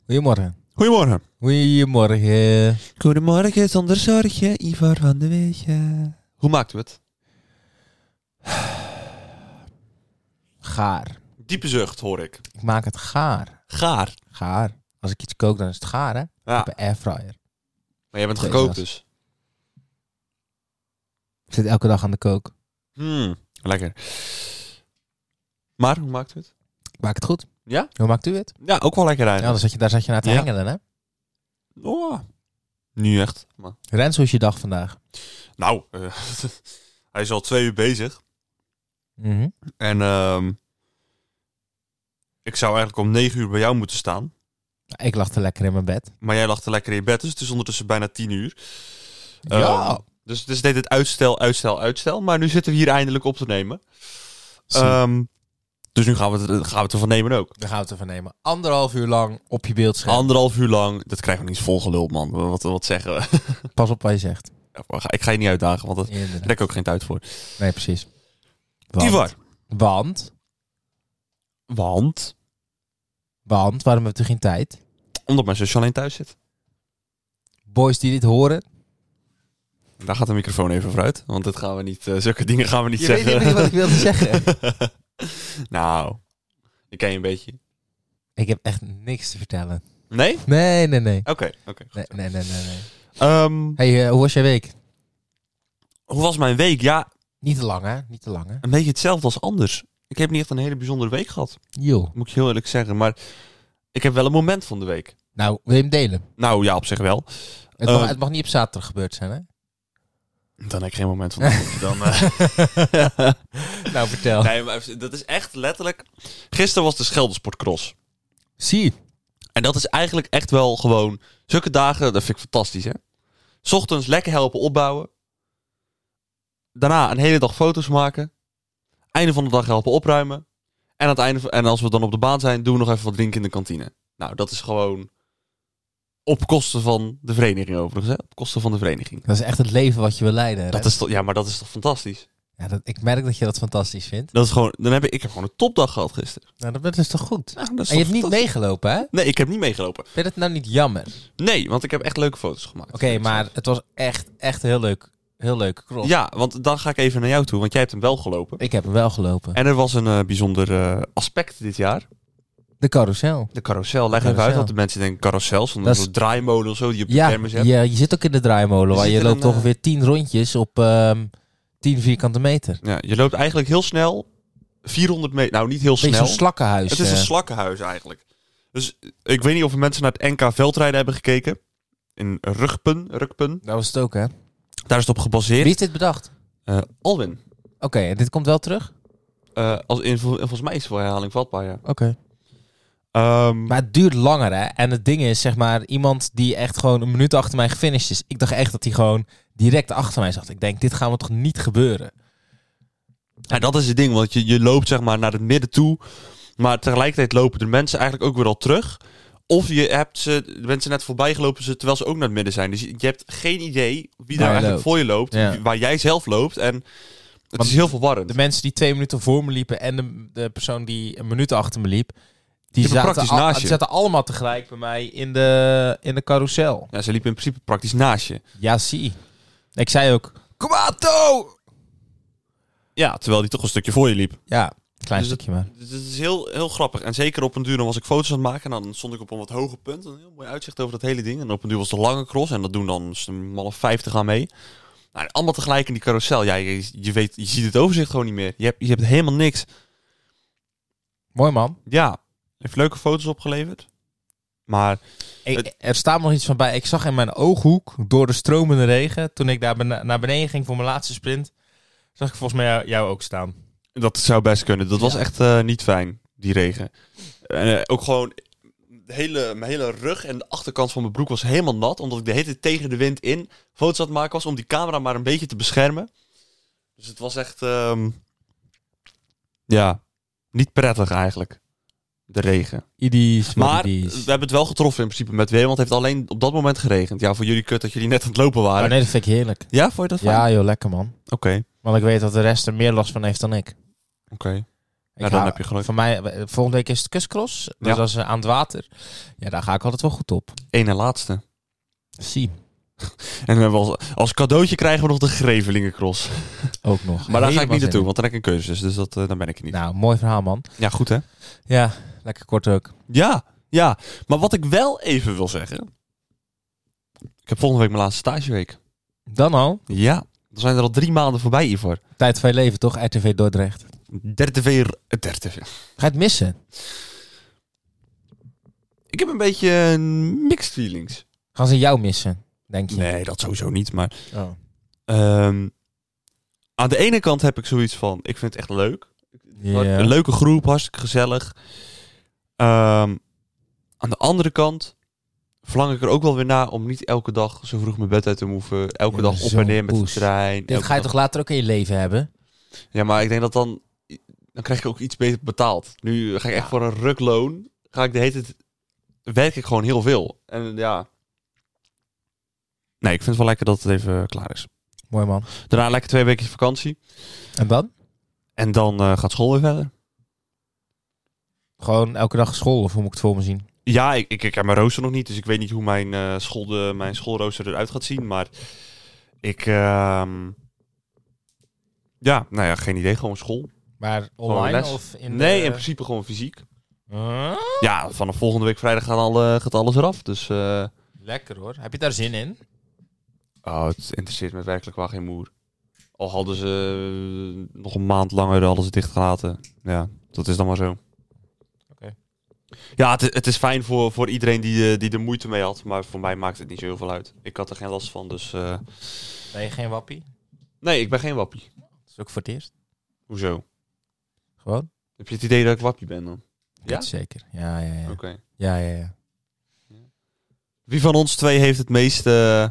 Goedemorgen. Goedemorgen. Goedemorgen. Goedemorgen zonder zorgje, Ivar van de Weetje. Hoe maakt u het? Gaar. Diepe zucht, hoor ik. Ik maak het gaar. Gaar. Gaar. Als ik iets kook, dan is het gaar, hè? Ja. Op een airfryer. Maar jij bent Twee gekookt glas. dus. Ik zit elke dag aan de kook. Lekker. Maar, hoe maakt u het? Ik maak het goed. Ja? Hoe maakt u het? Ja, ook wel lekker Ja, eigenlijk. daar zat je naar te Ja. hengelen, hè? Oh, niet echt. Maar... Rens, hoe is je dag vandaag? Nou, hij is al 2 uur bezig. Mhm. En ik zou eigenlijk om 9 uur bij jou moeten staan. Ik lag te lekker in mijn bed. Maar jij lag te lekker in je bed, dus het is ondertussen bijna 10 uur. Ja. Dus deed het uitstel. Maar nu zitten we hier eindelijk op te nemen. Dus nu gaan we het ervan nemen ook. Daar gaan we het ervan nemen. 1,5 uur lang op je beeldscherm. 1,5 uur lang. Dat krijgen we niet volgeluld, man. Wat zeggen we? Pas op wat je zegt. Ik ga je niet uitdagen, want daar Inderdaad. heb ik ook geen tijd voor. Nee, precies. Ivar. Want, waarom hebben we toen geen tijd? Omdat mijn zusje alleen thuis zit. Boys die dit horen. Daar gaat de microfoon even vooruit. Want dit gaan we niet, zulke dingen gaan we niet Je zeggen. weet niet wat ik wilde zeggen. Nou, ik ken je een beetje. Ik heb echt niks te vertellen. Nee? Nee. Oké. Nee. Ehm, Hey, hoe was je week? Hoe was mijn week? Ja, Niet te lang, hè? Niet te lang, hè? een beetje hetzelfde als anders. Ik heb niet echt een hele bijzondere week gehad. Joh. Moet ik heel eerlijk zeggen. Maar ik heb wel een moment van de week. Nou, wil je hem delen? Nou ja, op zich wel. Het mag niet op zaterdag gebeurd zijn, hè? Dan heb ik geen moment van de week. Dan, Nou, vertel. nee, maar dat is echt letterlijk... Gisteren was de Scheldesportcross. Zie. En dat is eigenlijk echt wel gewoon... Zulke dagen, dat vind ik fantastisch, hè? 's Ochtends lekker helpen opbouwen. Daarna een hele dag foto's maken. Einde van de dag helpen opruimen. En aan het einde, en als we dan op de baan zijn, doen we nog even wat drinken in de kantine. Nou, dat is gewoon... Op kosten van de vereniging overigens, hè? Op kosten van de vereniging. Dat is echt het leven wat je wil leiden, hè? Dat is toch, ja, maar dat is toch fantastisch? Ja, ik merk dat je dat fantastisch vindt. Dat is gewoon, ik heb gewoon een topdag gehad gisteren. Nou, dat is toch goed? Ja, dat is En je toch hebt niet fantastisch. meegelopen, hè? Nee, ik heb niet meegelopen. Vind je het nou niet jammer? Nee, want ik heb echt leuke foto's gemaakt. Oké, maar het was echt heel leuk. Heel leuke cross. Ja, want dan ga ik even naar jou toe, want jij hebt hem wel gelopen. Ik heb hem wel gelopen. En er was een bijzonder aspect dit jaar. De carousel. De carousel. Leg even Carousel. uit, want de mensen denken carousels. Van Dat een is- soort draaimolen of zo die je op de Ja, kermis hebt. je zit ook in de draaimolen, waar zit je in loopt een, ongeveer 10 rondjes op 10 vierkante meter. Ja, je loopt eigenlijk heel snel. 400 meter. Nou, niet heel Beetje snel. zo'n slakkenhuis. Het is een slakkenhuis eigenlijk. Dus ik weet niet of er mensen naar het NK veldrijden hebben gekeken. In Rukpen. Dat was het ook, hè? Daar is het op gebaseerd. Wie heeft dit bedacht? Alwin. Oké, en dit komt wel terug? Volgens mij is het voor herhaling vatbaar, ja. Oké. Maar het duurt langer, hè? En het ding is, zeg maar, iemand die echt gewoon een minuut achter mij gefinished is. Ik dacht echt dat hij gewoon direct achter mij zat. Ik denk, dit gaan we toch niet gebeuren? Ja, dat is het ding, want je loopt zeg maar naar het midden toe. Maar tegelijkertijd lopen de mensen eigenlijk ook weer al terug. Of je hebt de mensen net voorbij gelopen terwijl ze ook naar het midden zijn. Dus je hebt geen idee wie daar eigenlijk voor je loopt. Ja. Waar jij zelf loopt. En het is heel verwarrend. De mensen die 2 minuten voor me liepen en de persoon die een minuut achter me liep, die liepen praktisch naast je. die zaten allemaal tegelijk bij mij in de carousel. Ja, ze liepen in principe praktisch naast je. Ja, zie. Ik zei ook, kom aan, To! Ja, terwijl die toch een stukje voor je liep. Ja, klein Dus stukje maar. Dus het is heel grappig. En zeker op een duur, dan was ik foto's aan het maken. En dan stond ik op een wat hoger punt. Een heel mooi uitzicht over dat hele ding. En op een duur was het een lange cross. En dat doen dan een man of 50 aan mee. Nou, allemaal tegelijk in die carousel. Ja, je ziet het overzicht gewoon niet meer. Je hebt helemaal niks. Mooi, man. Ja, heeft leuke foto's opgeleverd. Maar Er staat nog iets van bij. Ik zag in mijn ooghoek, door de stromende regen, toen ik daar naar beneden ging voor mijn laatste sprint, zag ik volgens mij jou ook staan. dat zou best kunnen. Dat was Ja. echt niet fijn, die regen. En ook gewoon... Mijn hele rug en de achterkant van mijn broek was helemaal nat. Omdat ik de hele tijd tegen de wind in foto's aan het maken was. Om die camera maar een beetje te beschermen. Dus het was echt... niet prettig eigenlijk. De regen. Idies, Maar we hebben het wel getroffen in principe met weer. Want het heeft alleen op dat moment geregend. Ja, voor jullie kut dat jullie net aan het lopen waren. Oh nee, dat vind ik heerlijk. Ja, vond je dat fijn? Ja joh, lekker man. Oké. Want ik weet dat de rest er meer last van heeft dan ik. Oké. Dan heb je geluk. Van mij, volgende week is het Kuscross. Dus dat is aan het water. Ja, daar ga ik altijd wel goed op. Eén en laatste. Zie. En we hebben als cadeautje krijgen we nog de Grevelingencross. Ook nog. Maar daar ga ik niet naartoe, want dan heb ik een cursus. Dus dan ben ik er niet. Nou, mooi verhaal, man. Ja, goed hè? Ja, lekker kort ook. Ja. Maar wat ik wel even wil zeggen. Ik heb volgende week mijn laatste stageweek. Dan al? Ja. Dan zijn er al 3 maanden voorbij, Ivor. Tijd van je leven, toch? RTV Dordrecht. Derde weer. Ga je het missen? Ik heb een beetje mixed feelings. Gaan ze jou missen, denk je? Nee, dat sowieso niet. Maar Oh. aan de ene kant heb ik zoiets van, ik vind het echt leuk. Ja. Een leuke groep, hartstikke gezellig. Aan de andere kant verlang ik er ook wel weer naar om niet elke dag zo vroeg mijn bed uit te moeven. Elke dag op en neer met de trein. Dit ga je toch later ook in je leven hebben? Ja, maar ik denk dat dan krijg je ook iets beter betaald. Nu ga ik echt voor een rukloon. Ga ik de hele tijd, werk ik gewoon heel veel. En ja. Nee, ik vind het wel lekker dat het even klaar is. Mooi, man. Daarna lekker 2 weken vakantie. En dan? En dan gaat school weer verder. Gewoon elke dag school, of hoe moet ik het voor me zien? Ja, ik heb mijn rooster nog niet, dus ik weet niet hoe mijn schoolrooster eruit gaat zien. Maar ik, geen idee, gewoon school. Maar online of Nee, in principe gewoon fysiek. Ja, vanaf volgende week vrijdag gaat alles eraf, dus... Lekker hoor. Heb je daar zin in? Oh, het interesseert me werkelijk wel geen moer. Al hadden ze nog een maand langer alles dichtgelaten. Ja, dat is dan maar zo. Oké. Ja, het is fijn voor iedereen die er moeite mee had. Maar voor mij maakt het niet zo heel veel uit. Ik had er geen last van, dus... Ben je geen wappie? Nee, ik ben geen wappie. Dat is ook voor het eerst. Hoezo? Gewoon? Heb je het idee dat ik wappie ben dan? Ja? Zeker. Ja. Oké. Ja. Wie van ons 2 heeft het meeste...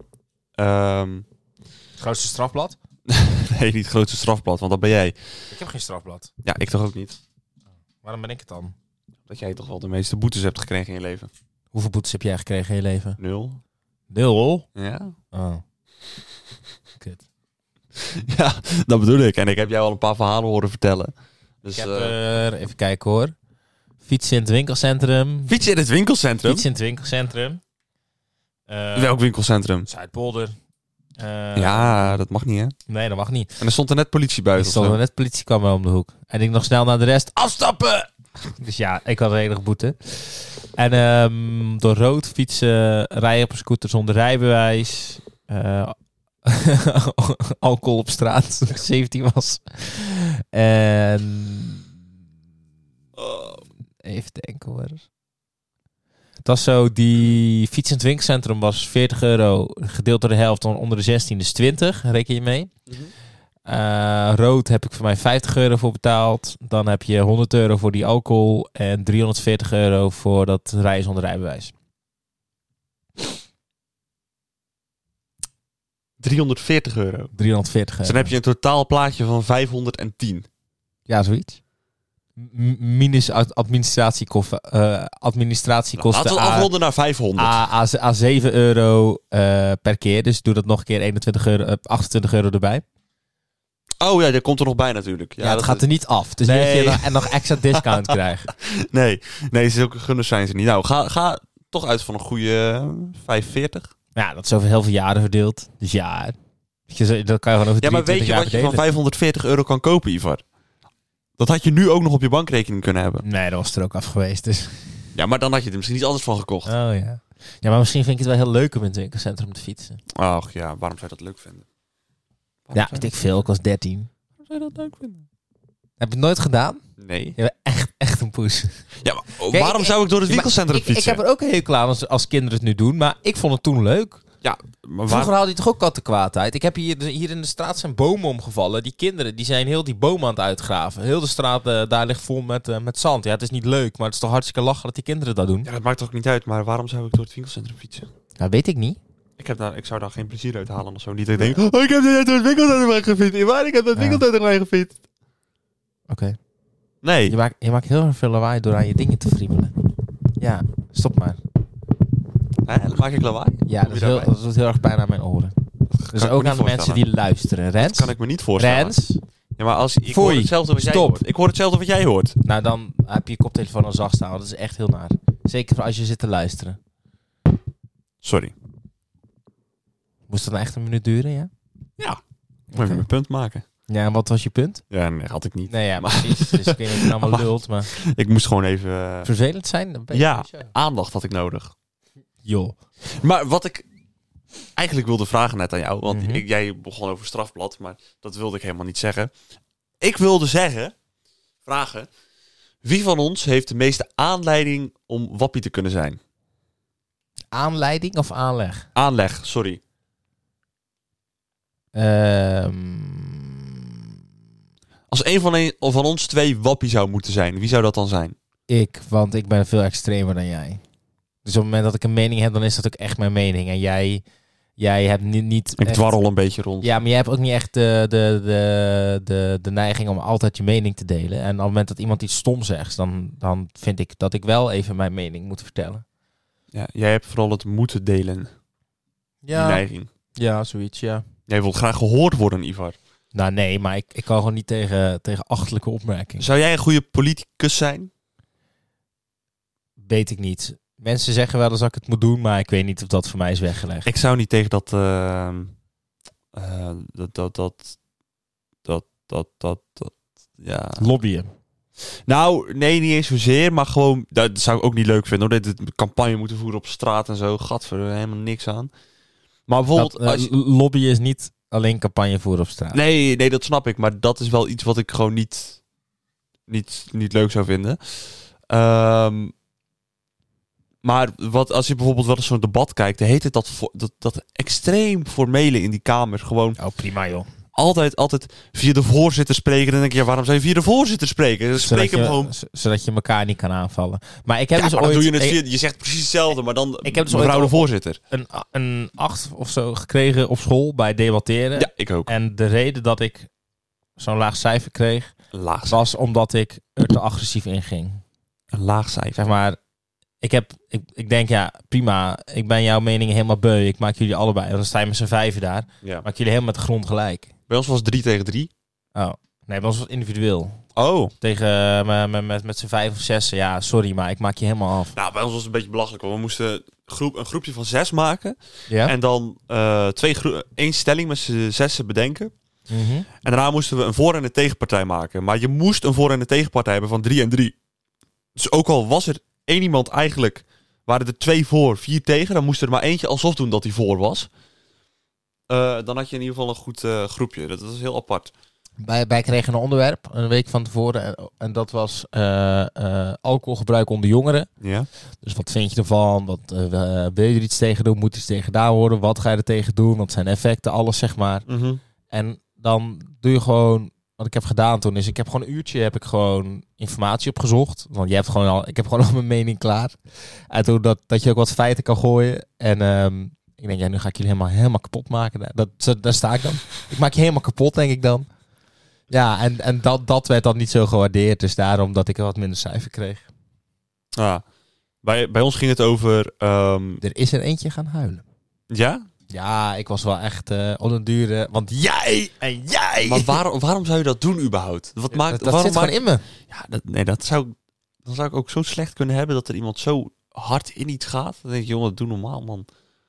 Grootste strafblad? Nee, niet het grootste strafblad, want dat ben jij. Ik heb geen strafblad. Ja, ik toch ook niet. Waarom ben ik het dan? Dat jij toch wel de meeste boetes hebt gekregen in je leven. Hoeveel boetes heb jij gekregen in je leven? 0. 0? Ja. Oh. Kut. Ja, dat bedoel ik. En ik heb jou al een paar verhalen horen vertellen. Dus, ik heb er... Even kijken hoor. Fietsen in het winkelcentrum. Fietsen in het winkelcentrum? Fietsen in het winkelcentrum. Welk winkelcentrum? Zuidpolder. Ja, dat mag niet, hè? Nee, dat mag niet. En er stond er net politie buiten. Er stond er net politie kwam om de hoek. En ik nog snel naar de rest. Afstappen! Dus ja, ik had een enige boete. En door rood fietsen, rijden op een scooter zonder rijbewijs. Alcohol op straat toen ik 17 was. En... Even denken hoor. Het was zo, die fiets in het winkelcentrum was €40. Gedeeld door de helft, onder de 16 is 20. Reken je mee? Mm-hmm. Rood heb ik voor mij €50 voor betaald. Dan heb je €100 voor die alcohol. En €340 voor dat rijden zonder rijbewijs. €340. €340. Dus dan heb je een totaal plaatje van 510. Ja, zoiets. Minus administratiekosten. Laten we het afronden naar 500. A €7 per keer. Dus doe dat nog een keer €28 erbij. Oh ja, dat komt er nog bij natuurlijk. Ja, het gaat er niet af. Dus niet dat je nog extra discount krijgt. Nee, zulke gunners zijn ze niet. Nou, ga toch uit van een goede 45. Ja, dat is over heel veel jaren verdeeld. Dus ja, dat kan je gewoon over 23 jaar maar weet je wat je van €540 kan kopen, Ivar? Dat had je nu ook nog op je bankrekening kunnen hebben. Nee, dat was er ook af geweest. Dus. Ja, maar dan had je er misschien iets anders van gekocht. Oh ja. Ja, maar misschien vind ik het wel heel leuk om in het winkelcentrum te fietsen. Ach ja, waarom zou je dat leuk vinden? Weet ik veel. Ik was 13. Waarom zou je dat leuk vinden? Heb je het nooit gedaan? Nee. Je bent echt een poes. Ja, maar waarom zou ik door het winkelcentrum fietsen? Ik heb er ook een hekel aan als kinderen het nu doen. Maar ik vond het toen leuk. Ja, maar vroeger haalde je toch ook kattenkwaad uit? Ik heb hier in de straat zijn bomen omgevallen. Die kinderen die zijn heel die bomen aan het uitgraven. Heel de straat daar ligt vol met zand. Ja, het is niet leuk, maar het is toch hartstikke lachen dat die kinderen dat doen. Ja, dat maakt toch niet uit. Maar waarom zou ik door het winkelcentrum fietsen? Dat weet ik niet. Ik zou daar geen plezier uit halen of zo. Niet dat ik denk, ik heb net door het winkelcentrum gefietst. Maar ik heb door het winkelcentrum gefietst. Oké. Nee. Je maakt heel erg veel lawaai door aan je dingen te friemelen. Ja, stop maar. Dan maak ik lawaai? Ja, dat doet heel erg pijn aan mijn oren. Dus ook aan de mensen die luisteren. Rens? Dat kan ik me niet voorstellen. Rens? Ja, maar als ik Foei. hoor hetzelfde wat jij Stop. hoort. Ik hoor hetzelfde wat jij hoort. Nou, dan heb je je koptelefoon al zacht staan. Dat is echt heel naar. Zeker als je zit te luisteren. Sorry. Moest dat nou echt een minuut duren, ja? Ja. Moet even mijn punt maken. Ja, en wat was je punt? Ja, nee, had ik niet. Nee, ja, precies. Dus ik weet niet of je allemaal lult, maar... Ik moest gewoon even... Vervelend zijn? Dan ben je ja, niet zo. aandacht had ik nodig. Joh. Maar wat ik eigenlijk wilde vragen net aan jou... Want Mhm. jij begon over strafblad, maar dat wilde ik helemaal niet zeggen. Ik wilde vragen... Wie van ons heeft de meeste aanleiding om wappie te kunnen zijn? Aanleiding of aanleg? Aanleg, sorry. Als een van ons twee wappie zou moeten zijn, wie zou dat dan zijn? Ik, want ik ben veel extremer dan jij. Dus op het moment dat ik een mening heb, dan is dat ook echt mijn mening. En jij hebt niet Ik echt... dwarrel een beetje rond. Ja, maar jij hebt ook niet echt de neiging om altijd je mening te delen. En op het moment dat iemand iets stom zegt, dan vind ik dat ik wel even mijn mening moet vertellen. Ja, jij hebt vooral het moeten delen. Die neiging. Ja, zoiets, ja. Jij wilt graag gehoord worden, Ivar. Nou nee, maar ik kan gewoon niet tegen achterlijke opmerkingen. Zou jij een goede politicus zijn? Weet ik niet. Mensen zeggen wel eens dat ik het moet doen, maar ik weet niet of dat voor mij is weggelegd. Ik zou niet tegen dat ja. Lobbyen. Nou, nee, niet eens zozeer, maar gewoon, dat zou ik ook niet leuk vinden, hoor. Dat campagne moeten voeren op straat en zo. Gadver, helemaal niks aan. Maar bijvoorbeeld... als je- Lobbyen is niet alleen campagne voeren op straat. Nee, dat snap ik. Maar dat is wel iets wat ik gewoon niet leuk zou vinden. Maar als je bijvoorbeeld wel eens zo'n debat kijkt, dan heet het dat extreem formele in die kamers. Gewoon Oh, prima joh. altijd via de voorzitter spreken. Dan denk je, ja, waarom zou je via de voorzitter spreken? Ze spreken hem gewoon... Zodat je elkaar niet kan aanvallen. Maar ik heb Ja, dus maar dan ooit... doe je het via... Je zegt precies hetzelfde, maar dan Ik heb dus mevrouw ooit de voorzitter. een 8 of zo gekregen op school bij debatteren. Ja, ik ook. En de reden dat ik zo'n laag cijfer kreeg, Laag, was omdat ik er te agressief in ging. een laag cijfer. Zeg maar, ik denk, ja, prima. Ik ben jouw mening helemaal beu. Ik maak jullie allebei. En dan sta je met z'n vijven daar. Ja. Maak jullie helemaal met de grond gelijk. Bij ons was het 3 tegen 3. Oh, nee, bij ons was het individueel. Oh. Tegen met z'n 5 of 6. Ja, sorry, maar ik maak je helemaal af. Nou, bij ons was het een beetje belachelijk. Want we moesten een groepje van 6 maken. Ja? En dan één stelling met z'n 6 bedenken. Mhm. En daarna moesten we een voor- en een tegenpartij maken. Maar je moest een voor- en een tegenpartij hebben van 3 en 3. Dus ook al was er één iemand eigenlijk... Waren er 2 voor, 4 tegen. Dan moest er maar eentje alsof doen dat hij voor was. Dan had je in ieder geval een goed groepje. Dat was heel apart. Wij kregen een onderwerp een week van tevoren. En dat was alcoholgebruik onder jongeren. Ja. Dus wat vind je ervan? Wil je er iets tegen doen? Moet er iets tegen gedaan worden? Wat ga je er tegen doen? Wat zijn de effecten? Alles, zeg maar. Mhm. En dan doe je gewoon... Wat ik heb gedaan toen is... Ik heb gewoon een uurtje heb ik gewoon informatie opgezocht. Want ik heb gewoon al mijn mening klaar. En toen dat je ook wat feiten kan gooien. En ik denk, ja, nu ga ik jullie helemaal kapot maken. Daar sta ik dan. Ik maak je helemaal kapot, denk ik dan. Ja, en dat werd dan niet zo gewaardeerd. Dus daarom dat ik een wat minder cijfer kreeg. Ja. Bij ons ging het over... Er is er eentje gaan huilen. Ja? Ja, ik was wel echt op een dure... Want jij en jij... Maar waarom zou je dat doen überhaupt? Wat maakt, dat zit gewoon in me. Ja, dan zou ik ook zo slecht kunnen hebben dat er iemand zo hard in iets gaat. Dan denk je, jongen, doe normaal, man.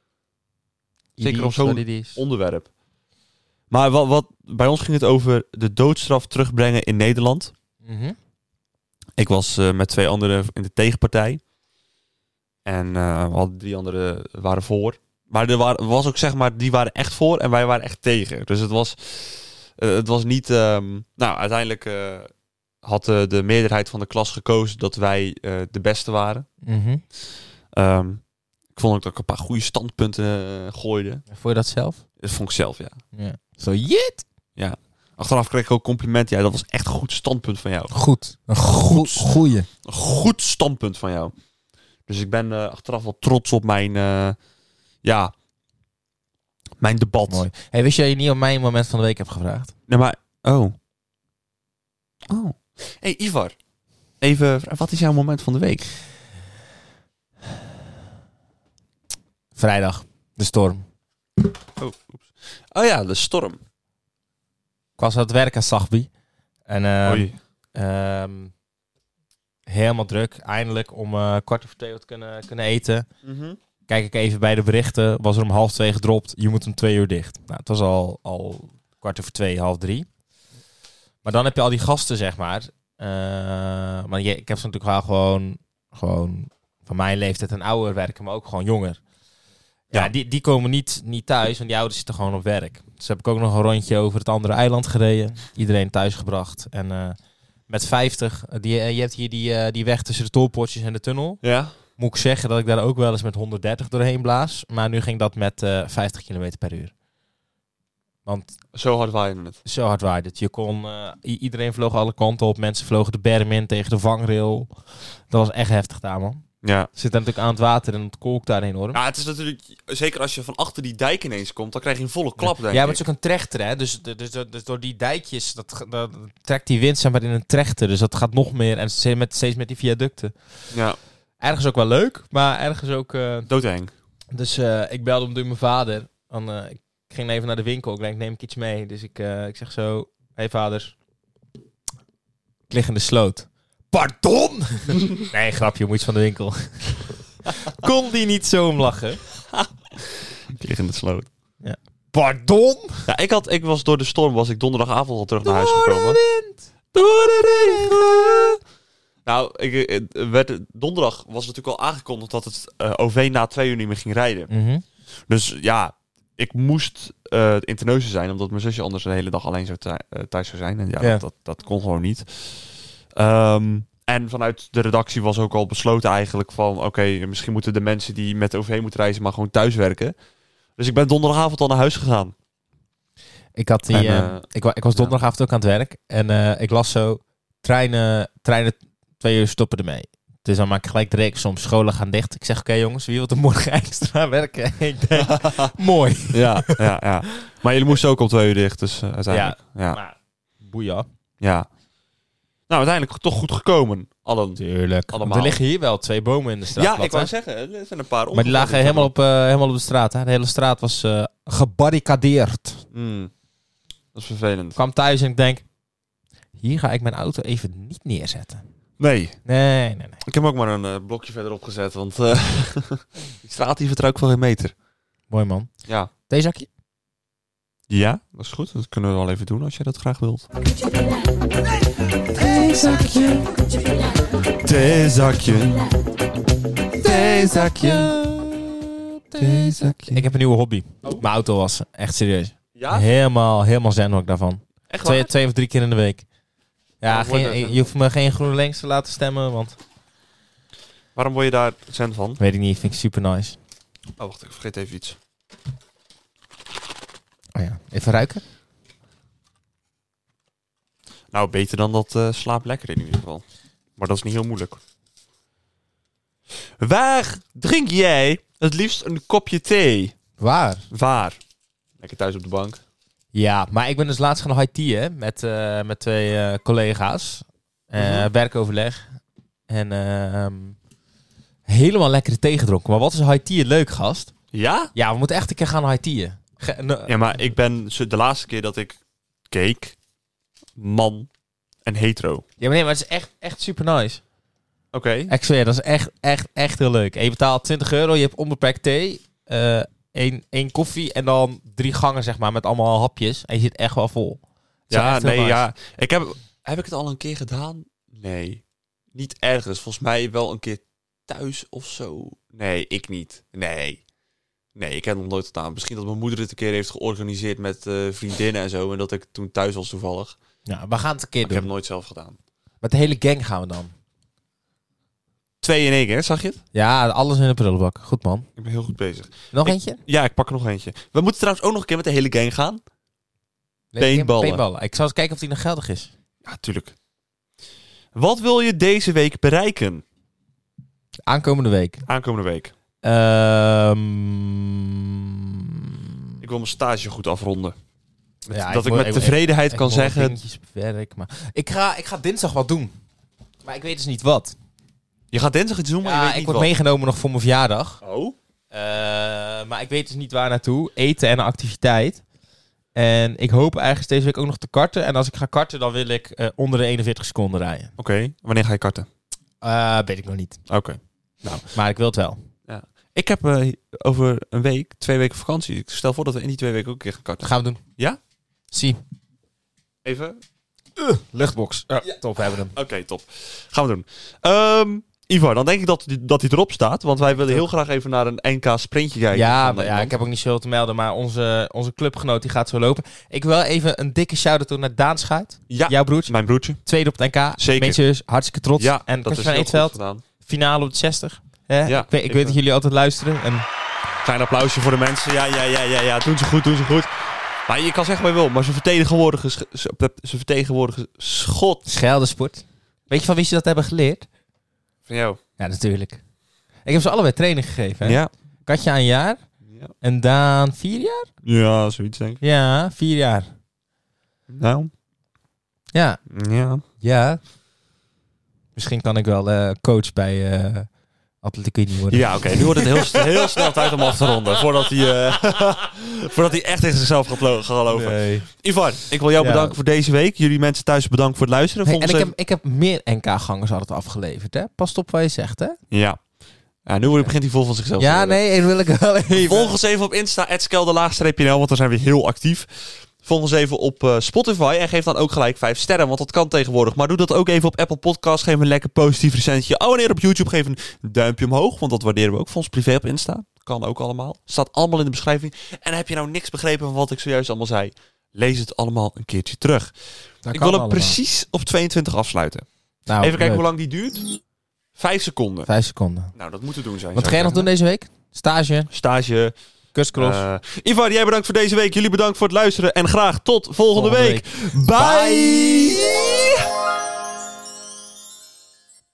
Zeker op zo'n onderwerp. Maar wat bij ons ging het over de doodstraf terugbrengen in Nederland. Mhm. Ik was met 2 anderen in de tegenpartij. En we hadden 3 anderen waren voor. Maar was ook, zeg maar, die waren echt voor en wij waren echt tegen. Dus het was niet... nou, uiteindelijk had de meerderheid van de klas gekozen dat wij de beste waren. Mhm. Ik vond ook dat ik een paar goede standpunten gooide. Vond je dat zelf? Dat vond ik zelf, ja. Ja. Zo, jit! Ja. Achteraf kreeg ik ook complimenten. Ja, dat was echt een goed standpunt van jou. Goed. Een goeie. Een goed standpunt van jou. Dus ik ben achteraf wel trots op mijn debat. Mooi. Hey, wist je dat je niet op mijn moment van de week hebt gevraagd? Nee, maar... Oh. Hey, Ivar. Even, wat is jouw moment van de week? Vrijdag. De storm. Oh, oeps. Oh ja, de storm. Ik was aan het werken, Sagbi. En Oei. helemaal druk. Eindelijk om 1:45 te kunnen eten. Kijk ik even bij de berichten. Was er om 1:30 gedropt. Je moet om 2 uur dicht. Nou, het was al 2:15, 2:30. Maar dan heb je al die gasten, zeg maar. Maar ik heb ze natuurlijk wel gewoon van mijn leeftijd en ouder werken, maar ook gewoon jonger. Ja, die komen niet thuis, want die ouders zitten gewoon op werk. Dus heb ik ook nog een rondje over het andere eiland gereden. Iedereen thuis gebracht. En met 50, je hebt hier die weg tussen de tolpoortjes en de tunnel. Ja? Moet ik zeggen dat ik daar ook wel eens met 130 doorheen blaas. Maar nu ging dat met 50 km per uur. Want Zo hard waaien het. zo hard waaide het. Je kon, iedereen vloog alle kanten op. Mensen vlogen de berm in tegen de vangrail. Dat was echt heftig daar, man. Ja. Zit natuurlijk aan het water en het kolkt daar enorm. Ja, het is natuurlijk... Zeker als je van achter die dijk ineens komt, dan krijg je een volle klap, denk Ja, maar ik. het is ook een trechter, hè. Dus door die dijkjes, dat trekt die wind zeg maar in een trechter. Dus dat gaat nog meer. En steeds met die viaducten. Ja. Ergens ook wel leuk, maar ergens ook... Doodeng. Dus ik belde hem door mijn vader. Ik ging even naar de winkel. Ik denk, neem ik iets mee. Dus ik zeg zo... Hey vader. Ik lig in de sloot. Pardon? Nee, grapje. Moet iets van de winkel. Kon die niet zo om lachen? Ik lig in de sloot. Ja. Pardon? Ja, ik was door de storm, was ik donderdagavond al terug naar huis gekomen. Door de regen. Nou, donderdag was natuurlijk al aangekondigd dat het OV na 2 uur niet meer ging rijden. Mhm. Dus ja, ik moest in Terneuzen zijn, omdat mijn zusje anders de hele dag alleen thuis zou zijn. En ja. Dat kon gewoon niet. En vanuit de redactie was ook al besloten eigenlijk van... Oké, misschien moeten de mensen die met de OV moeten reizen maar gewoon thuis werken. Dus ik ben donderdagavond al naar huis gegaan. Ik was donderdagavond ook aan het werk. En ik las zo... Treinen 2 uur stoppen ermee. Dus dan maak ik gelijk de rekensom. Scholen gaan dicht. Ik zeg, oké, jongens, wie wil er morgen extra werken? Ik denk, mooi. Ja. Maar jullie moesten ook om 2 uur dicht, dus uiteindelijk. Ja. Maar, boeia. Ja. Nou, uiteindelijk toch goed gekomen. Allen. Tuurlijk. Allemaal. Er liggen hier wel 2 bomen in de straat. Ja, ik wou zeggen, er zijn een paar. Maar die lagen helemaal op de straat. Hè? De hele straat was gebarricadeerd. Dat is vervelend. Ik kwam thuis en ik denk... Hier ga ik mijn auto even niet neerzetten. Nee. Nee. Ik heb hem ook maar een blokje verderop gezet, want die straat die vertrouwt wel geen meter. Mooi man. Ja. Theezakje? Ja, dat is goed. Dat kunnen we wel even doen als jij dat graag wilt. Theezakje. Theezakje. Theezakje. Ik heb een nieuwe hobby. Mijn auto wassen. Echt serieus. Ja? Helemaal zen ook daarvan. Echt waar? 2 of 3 keer in de week. Ja, Waarom word je hoeft me geen GroenLinks te laten stemmen, want... Waarom word je daar zen van? Weet ik niet, vind ik super nice. Oh, wacht, ik vergeet even iets. Oh ja, even ruiken. Nou, beter dan dat slaap lekker in ieder geval. Maar dat is niet heel moeilijk. Waar drink jij het liefst een kopje thee? Waar? Waar? Lekker thuis op de bank. Ja, maar ik ben dus laatst gaan high tea met 2 collega's. Werkoverleg. En helemaal lekkere thee gedronken. Maar wat is high tea leuk, gast? Ja? Ja, we moeten echt een keer gaan high tea. Ja, maar ik ben de laatste keer dat ik keek, man en hetero. Ja, maar nee, maar het is echt super nice. Oké. Ik zweer, dat is echt heel leuk. En je betaalt €20, je hebt onbeperkt thee, 1 koffie en dan 3 gangen, zeg maar, met allemaal hapjes. En je zit echt wel vol. Ja, echt heel nice. ja. Heb ik het al een keer gedaan? Nee. Niet ergens. Volgens mij wel een keer thuis of zo. Nee, ik niet. Nee, ik heb het nog nooit gedaan. Misschien dat mijn moeder het een keer heeft georganiseerd met vriendinnen en zo. En dat ik toen thuis was toevallig. Ja, we gaan het een keer Ik heb doen. het nooit zelf gedaan. Met de hele gang gaan we dan. 2 in 1 keer, zag je het? Ja, alles in de prullenbak. Goed, man. Ik ben heel goed bezig. Nog eentje? Ja, ik pak er nog eentje. We moeten trouwens ook nog een keer met de hele gang gaan. Paintballen. Ik zal eens kijken of die nog geldig is. Ja, tuurlijk. Wat wil je deze week bereiken? Aankomende week. Aankomende week. Ik wil mijn stage goed afronden. Dat ik met tevredenheid kan zeggen... dingetjes op werk, maar ik ga dinsdag wat doen. Maar ik weet dus niet wat. Je gaat dinsdag iets doen, maar je weet niet ik word wat. meegenomen nog voor mijn verjaardag. Oh? Maar ik weet dus niet waar naartoe. Eten en een activiteit. En ik hoop eigenlijk deze week ook nog te karten. En als ik ga karten, dan wil ik onder de 41 seconden rijden. Oké, wanneer ga je karten? Weet ik nog niet. Oké. Nou, maar ik wil het wel. Ik heb over een week, 2 weken vakantie. Ik stel voor dat we in die 2 weken ook een keer gaan karten. Gaan we doen. Ja? Zie. Even? Luchtbox. Ja. Top, hebben we hem. Oké, top. Gaan we doen. Ivar, dan denk ik dat hij erop staat. Want wij willen heel graag even naar een NK sprintje kijken. Ja, ik heb ook niet zoveel te melden. Maar onze clubgenoot die gaat zo lopen. Ik wil even een dikke shout-out doen naar Daan Schuit. Ja, jouw broertje. mijn broertje. Tweede op het NK. Zeker. Mensen, hartstikke trots. Ja, en dat is van heel goed Eetveld. gedaan. Finale op de 60. Ja, ik weet dat jullie altijd luisteren. En... Klein applausje voor de mensen. Ja. Doen ze goed. Maar je kan zeggen wat je wil, maar ze vertegenwoordigen schot. Scheldensport. Weet je van wie ze dat hebben geleerd? Van jou. Ja, natuurlijk. Ik heb ze allebei training gegeven. Hè? Ja. Katja een jaar. Ja. En Daan 4 jaar? Ja, zoiets denk ik. Ja, 4 jaar. Nou. Ja. Ja. Misschien kan ik wel coach bij Atletico worden. Ja, oké. Nu wordt het heel snel tijd om af te ronden. Voordat hij echt tegen zichzelf gaat geloven. Nee. Ivar, ik wil jou bedanken voor deze week. Jullie mensen thuis bedankt voor het luisteren. Hey, en ik heb meer NK-gangers altijd afgeleverd. Hè? Pas op wat je zegt, hè? Ja. Nu begint hij vol van zichzelf. Ja, nee, dat wil ik wel even. Volg ons even op Insta, @skelde_nl, want dan zijn we heel actief. Volg ons even op Spotify en geef dan ook gelijk 5 sterren, want dat kan tegenwoordig. Maar doe dat ook even op Apple Podcasts. Geef een lekker positief recensie. Abonneer op YouTube, geef een duimpje omhoog, want dat waarderen we ook. Voor ons privé op Insta. Kan ook allemaal. Staat allemaal in de beschrijving. En heb je nou niks begrepen van wat ik zojuist allemaal zei? Lees het allemaal een keertje terug. Ik wil hem precies op 22 afsluiten. Nou, even kijken hoe lang die duurt. 5 seconden. 5 seconden. Nou, dat moet het doen zijn. Wat ga je nog doen deze week? Stage. Kuscross. Ivar, jij bedankt voor deze week. Jullie bedankt voor het luisteren. En graag tot volgende week. Bye.